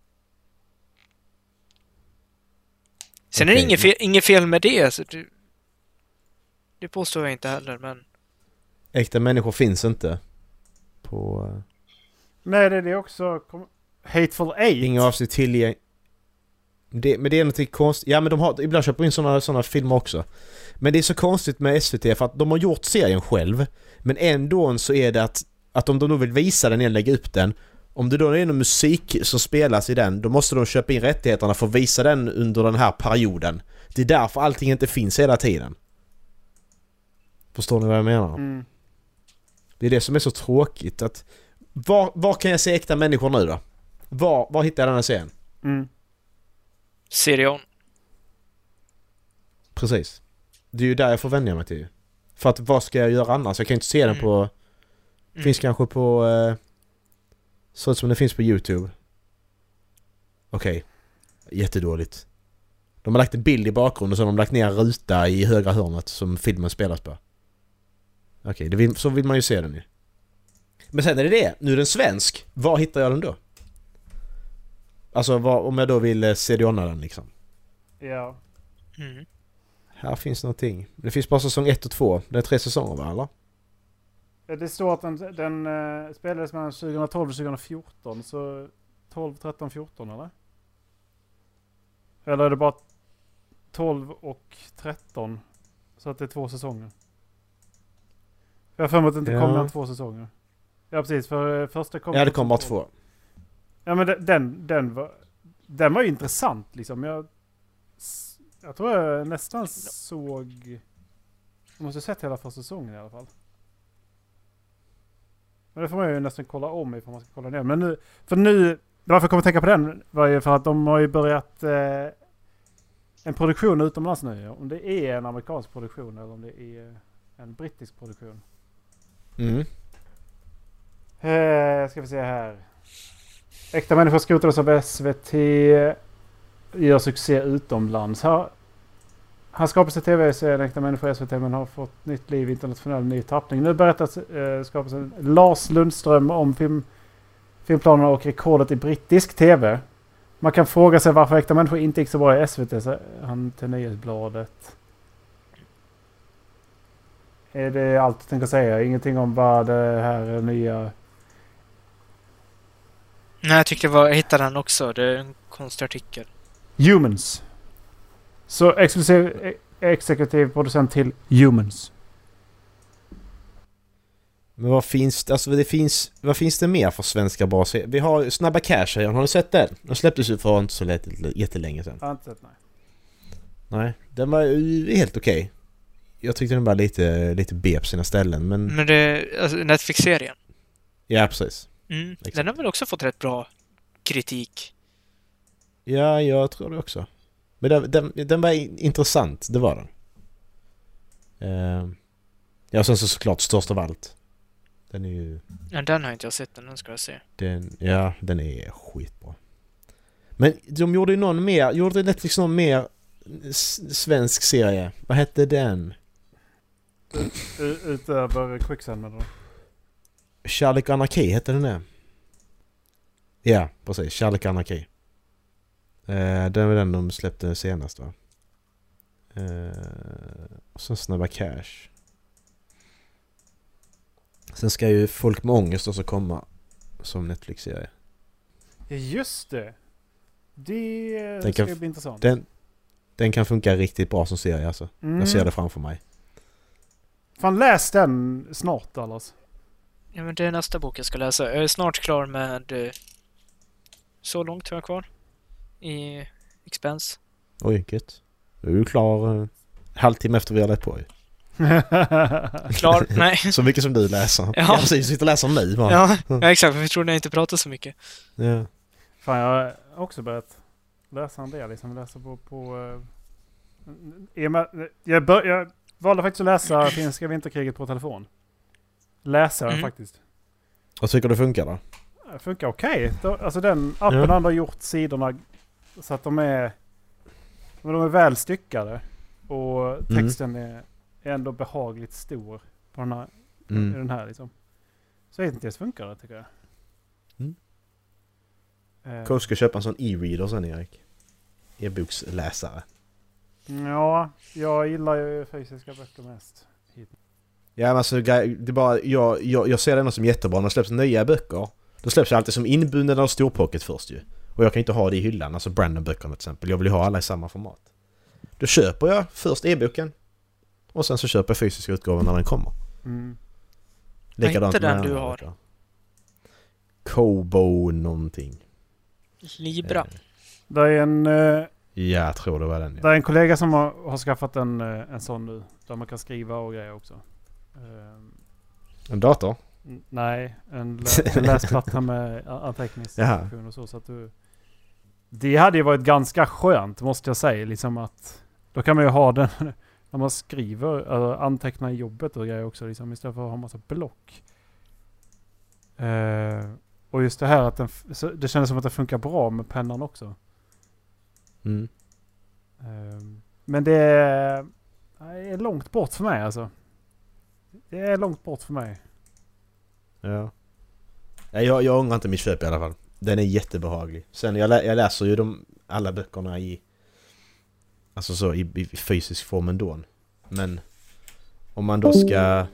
Sen är det inget fel med det. Så det påstår jag inte heller, men... Äkta människor finns inte på... Nej, det är också... Hateful Eight. Inga avsnitt tillgäng... Men det är något konstigt. Ja, men de har... Ibland köper in såna filmer också. Men det är så konstigt med SVT för att de har gjort serien själv. Men ändå så är det att om de då vill visa den eller lägga upp den... Om det då är någon musik som spelas i den, då måste de köpa in rättigheterna för att visa den under den här perioden. Det är därför allting inte finns hela tiden. Förstår ni vad jag menar? Det är det som är så tråkigt. Att var kan jag se äkta människor nu då? Var hittar jag den här serien? Serion. Precis. Det är ju där jag får vänja mig till. För att vad ska jag göra annars? Jag kan inte se den på... Finns kanske på... så som det finns på YouTube. Okej. Jättedåligt. De har lagt en bild i bakgrunden och så har de lagt ner en ruta i högra hörnet som filmen spelas på. Okej, så vill man ju se den ju. Men sen är det. Nu är den svensk. Var hittar jag den då? Alltså om jag då vill CD:na den liksom. Ja. Här finns någonting. Det finns bara säsong 1 och 2. Det är 3 säsonger va, eller? Det står att den spelades mellan 2012 och 2014. Så 12, 13, 14 eller? Eller är det bara 12 och 13? Så att det är 2 säsonger. Jag har för mig att det inte kommer 2 säsonger. Ja, precis. För första kom... Ja, det kom bara 2. Ja, men den var ju intressant liksom. Jag tror jag nästan såg... Jag måste ha sett hela första säsongen i alla fall. Men det får man ju nästan kolla om ifall man ska kolla ner. Men nu varför jag kommer att tänka på den var ju för att de har ju börjat en produktion utomlands nu. Om det är en amerikansk produktion eller om det är en brittisk produktion. Ska vi se här. Äkta människor skrotades av SVT, gör succé utomlands. Han skapas till tv-serien Äkta människor i SVT men har fått nytt liv i internationell ny tappning. Nu berättas skapelsen Lars Lundström om filmplanerna och rekordet i brittisk tv. Man kan fråga sig varför Äkta människor inte gick så bra i SVT, så han till Nyhetsbladet. Är det allt jag tänker säga? Ingenting om vad det här nya Nej, jag tycker jag hittade den också. Det är en konstig artikel. Humans. Så exekutiv producent till Humans. Men vad finns det mer för svenska bra serier? Vi har Snabba Cash här. Har du sett den? Den släpptes ju för inte så jättelänge sedan. Jag har inte sett, nej. Nej, den var ju helt okej. Jag tyckte den var lite B på sina ställen, men... Men det alltså Netflix-serien. Ja, precis. Den har väl också fått rätt bra kritik. Ja, jag tror det också. Men den var intressant, det var den. Ja, sen så såklart störst av allt. Den är ju... Ja, den har inte jag sett, den ska jag se. Den är skitbra. Men de gjorde ju gjorde Netflix någon mer svensk serie? Vad hette den? Utöver Quicksand då? Kärlek och anarki hette den där. Ja, precis. Kärlek och anarki. Den var den de släppte senast, va? Och sen Snabba Cash. Sen ska ju Folk med ångest också komma som Netflix-serie. Ja, just det. Det ska bli intressant. Den kan funka riktigt bra som serie, alltså. Jag ser det framför mig. Fan, läs den snart, Dallas. Ja, men det är nästa bok jag ska läsa. Jag är snart klar med... Så långt har jag kvar. I Expense. Oj, gött. Du är ju klar halvtimme efter vi har lätt på ju. Klar? Nej. Så mycket som du läser. Ja. Jag sitter och läser nu bara. Ja, exakt. Vi tror jag inte pratar så mycket. Ja. Fan, jag har också börjat läsa en del. Liksom läsa jag valde faktiskt att läsa Finska vinterkriget på telefon. Läser den faktiskt. Vad tycker du funkar då? Det funkar okej. Alltså den appen har gjort sidorna så att de är väl styckade. Och texten är ändå behagligt stor på den här liksom. Så inte det funkar det, tycker jag. Kanske ska köpa en sån e-reader sen, Erik. E-boksläsare. Ja, jag gillar ju fysiska böcker mest. Ja, men alltså, det är bara, jag ser det ändå som jättebra. När det släpps nya böcker, då släpps det alltid som inbunden av storpocket först ju. Och jag kan inte ha det i hyllan, alltså Brandon-böckerna till exempel. Jag vill ju ha alla i samma format. Då köper jag först e-boken. Och sen så köper jag fysiska utgåvan när den kommer. Likadant inte den du har. Böcker. Kobo någonting. Libra. Det är en... Ja, jag tror det var den. Ja. Det är en kollega som har skaffat en sån nu. Där man kan skriva och grejer också. En dator? Nej, en läsplatta med anteckningsfunktion och så. Så att det hade ju varit ganska skönt, måste jag säga. Liksom att, då kan man ju ha den när man skriver, anteckna i jobbet och grejer också. Liksom, istället för att ha en massa block. Och just det här att det kändes som att det funkar bra med pennan också. Men det är långt bort för mig, alltså. Det är långt bort för mig. Ja. Jag ångrar inte mitt köp i alla fall. Den är jättebehaglig. Sen jag läser ju alla böckerna i fysisk form ändå. Men om man då ska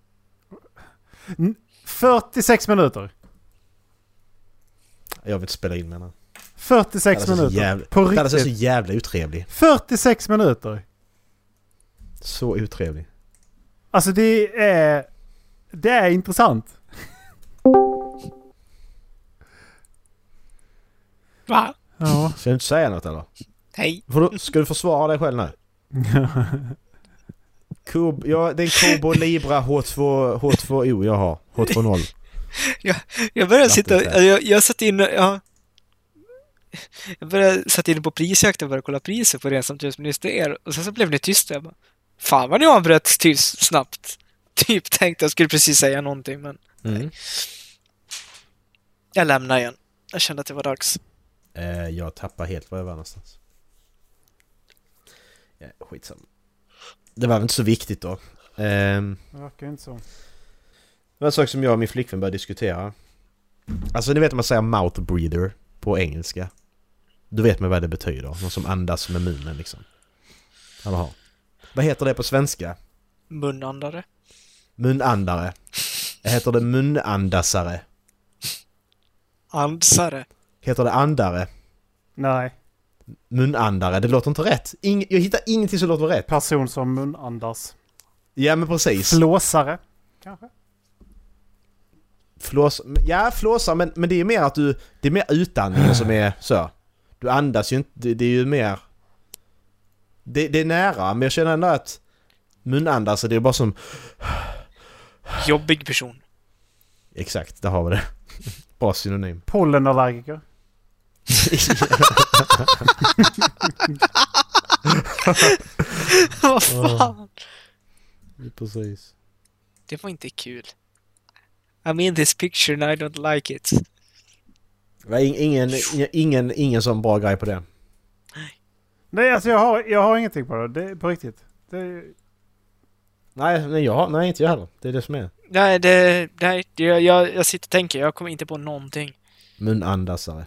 46 minuter. Jag vill inte spela in, menar. 46 minuter. På riktigt. Det är så jävla otrevlig. 46 minuter. Så otrevlig. Alltså det är intressant. Va? Ja. Ska du inte säga något eller? Hej. Ska du försvara dig själv nu? Det är en Kobo Libra H2O jag har. H2O. Jag började sitta... Jag satt in... Ja. Jag började sätta in på prisjakten och började kolla priser på det som just minister er. Och sen så blev ni tysta. Jag bara, fan vad ni avbröt tyst snabbt. Typ tänkte jag skulle precis säga någonting, men... Jag lämnar igen. Jag kände att det var dags. Jag tappar helt vad jag var någonstans. Ja, skitsamma. Det var väl inte så viktigt då. Det verkar inte så. Det var en sak som jag och min flickvän började diskutera. Alltså ni vet att man säger mouth breather på engelska. Du vet med vad det betyder. Någon som andas med munnen liksom. Jaha. Vad heter det på svenska? Munandare. Munandare. Heter det munandasare? Andsare. Heter det andare? Nej. Munandare, det låter inte rätt. Jag hittar ingenting som låter rätt. Person som munandas. Ja, men precis. Flåsare. Kanske. Flåsar, men det är mer att det är mer utandningen som är så. Du andas ju inte, det är ju mer... Det är nära, men jag känner ändå att munandas, det är bara som... Jobbig person. Exakt, där har vi det. Bra synonym. Pollenallergiker. Vad fan? Precis. Det var inte kul. I'm in this picture and I don't like it. Det var ingen sån bra grej på det. Nej, alltså jag har ingenting på det på riktigt. Nej, inte jag heller. Det är det som är. Nej, jag sitter och tänker, jag kommer inte på någonting. Munandasare.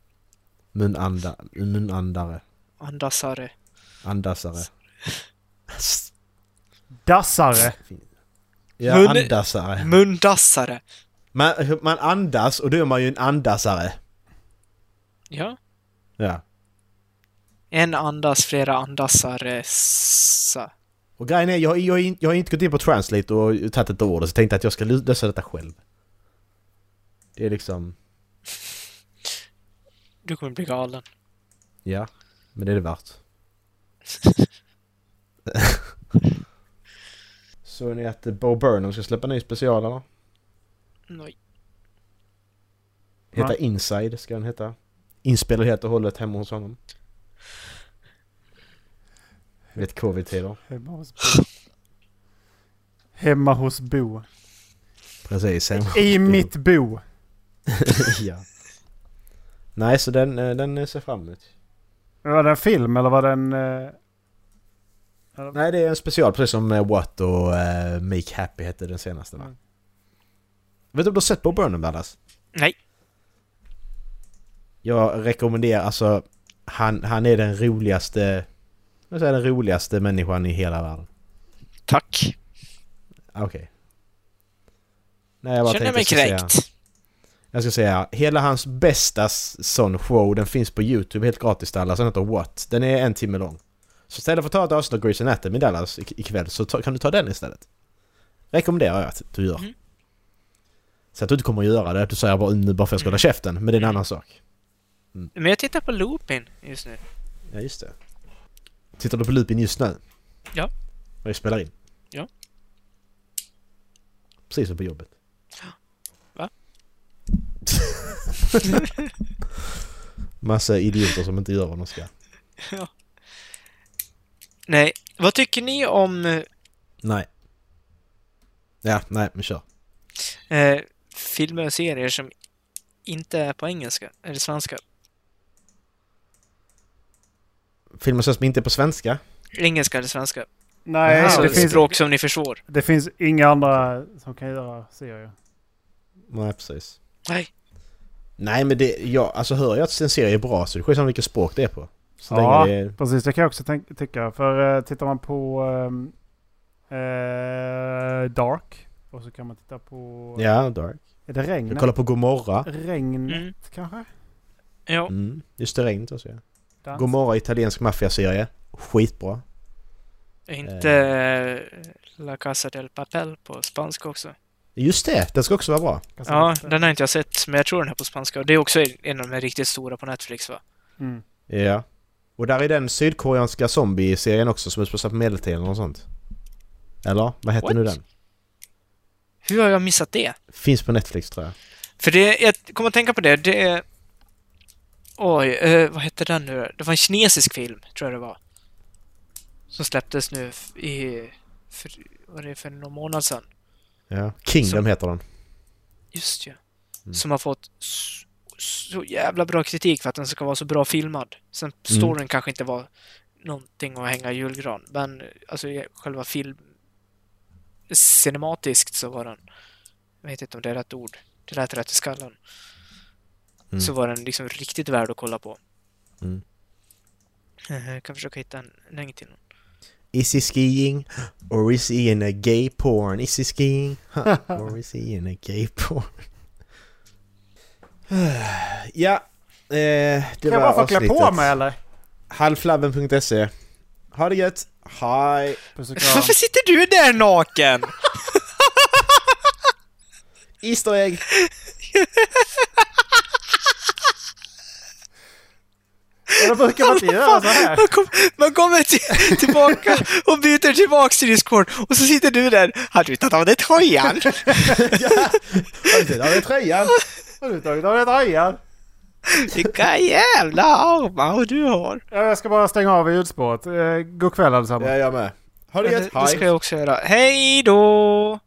Munandare. Andasare. Dassare. Ja, andasare. Mundassare. Man andas och då är man ju en andasare. Ja. Ja. En andas, flera andasare. Och grejen är, jag har inte gått in på Translate och tagit ett ord, så tänkte att jag ska lösa detta själv. Det är liksom... Du kommer bli galen. Ja, men det är det värt. Så ni att Bo Burnham ska släppa ny special, eller? Nej. Heta Inside ska den heta. Inspelad helt och hållet hemma hos honom. Vet covid-tider. Hemma hos Bo. Precis. I mitt bo. Ja. Nej, så den ser fram emot. Var det en film eller var det en... Nej, det är en special, precis som What och Make Happy hette den senaste, va? Vet du om du har sett Bo Burnham, Dallas? Nej. Jag rekommenderar, alltså han är den roligaste människan i hela världen. Tack. Okej. Nej, jag känner mig kränkt. Jag ska säga, hela hans bästa sån show, den finns på YouTube helt gratis, Dallas. Den heter What. Den är 1 timme lång. Så istället för att ta ett avsnitt av Grey's Anatomy, Dallas, ikväll, så kan du ta den istället. Rekommenderar jag att du gör. Så att du inte kommer att göra det, att du säger bara nu bara för att jag ska hålla käften, men det är en annan sak. Men jag tittar på Lupin just nu. Ja, just det. Tittar du på Lupin just nu? Ja. Och jag spelar in? Ja. Precis som på jobbet. Va? Massa idioter som inte gör vad de ska. Ja. Nej, vad tycker ni om... Nej. Ja, nej, men kör. Filmer och serier som inte är på engelska, eller svenska. Filmer som inte är på svenska? Engelska eller svenska. Nej, alltså det finns språk som ni förstår. Det finns inga andra som kan göra serier. Nej, precis. Nej, men alltså hör jag att en serie är bra, så det sker som vilket språk det är på. Så ja, det precis. Det kan jag också tycka. För tittar man på Dark, och så kan man titta på... Ja, Dark. Är det regn? Jag kollar på Gomorra. Regnet, kanske? Ja. Just det, regnet också, ja. Gomorra, italiensk maffiaserie. Skitbra. Inte La Casa del Papel på spanska också. Just det, den ska också vara bra. Ja, den har inte jag sett, men jag tror den är på spanska. Och det är också en av de riktigt stora på Netflix, va? Mm. Ja. Och där är den sydkoreanska zombie-serien också som är på medeltiden och sånt. Eller? Vad heter nu den? Hur har jag missat det? Finns på Netflix, tror jag. För jag kommer att tänka på det. Det är... Oj, vad heter den nu? Det var en kinesisk film, tror jag det var. Som släpptes nu för någon månad sedan. Ja, Kingdom heter den. Just ja. Som har fått så jävla bra kritik för att den ska vara så bra filmad. Sen storyn kanske inte var någonting att hänga i julgran. Men alltså själva cinematiskt så var den... Jag vet inte om det är rätt ord. Det lät rätt i skallen. Så var den liksom riktigt värd att kolla på. Jag kan försöka hitta en länk till någon. Is he skiing? Or is he in a gay porn? Is he skiing? Or is he in a gay porn? Ja, det kan var jag bara få klä avsnittet. på mig eller? Halflabben.se. Ha det gött. Hej. Puss och kram. Varför sitter du där naken? Easter egg. Ja, då brukar man inte göra så här. Man kommer tillbaka och byter tillbaks till Discord och så sitter du där. Har du tagit av dig tröjan? Har du tröjan? Har du tagit av dig tröjan? Vilka jävla armar du har. Ja, jag ska bara stänga av ljudspåret. God kväll allesammans. Ja, jag med. Ha det gött. Det ska jag också göra. Hej då!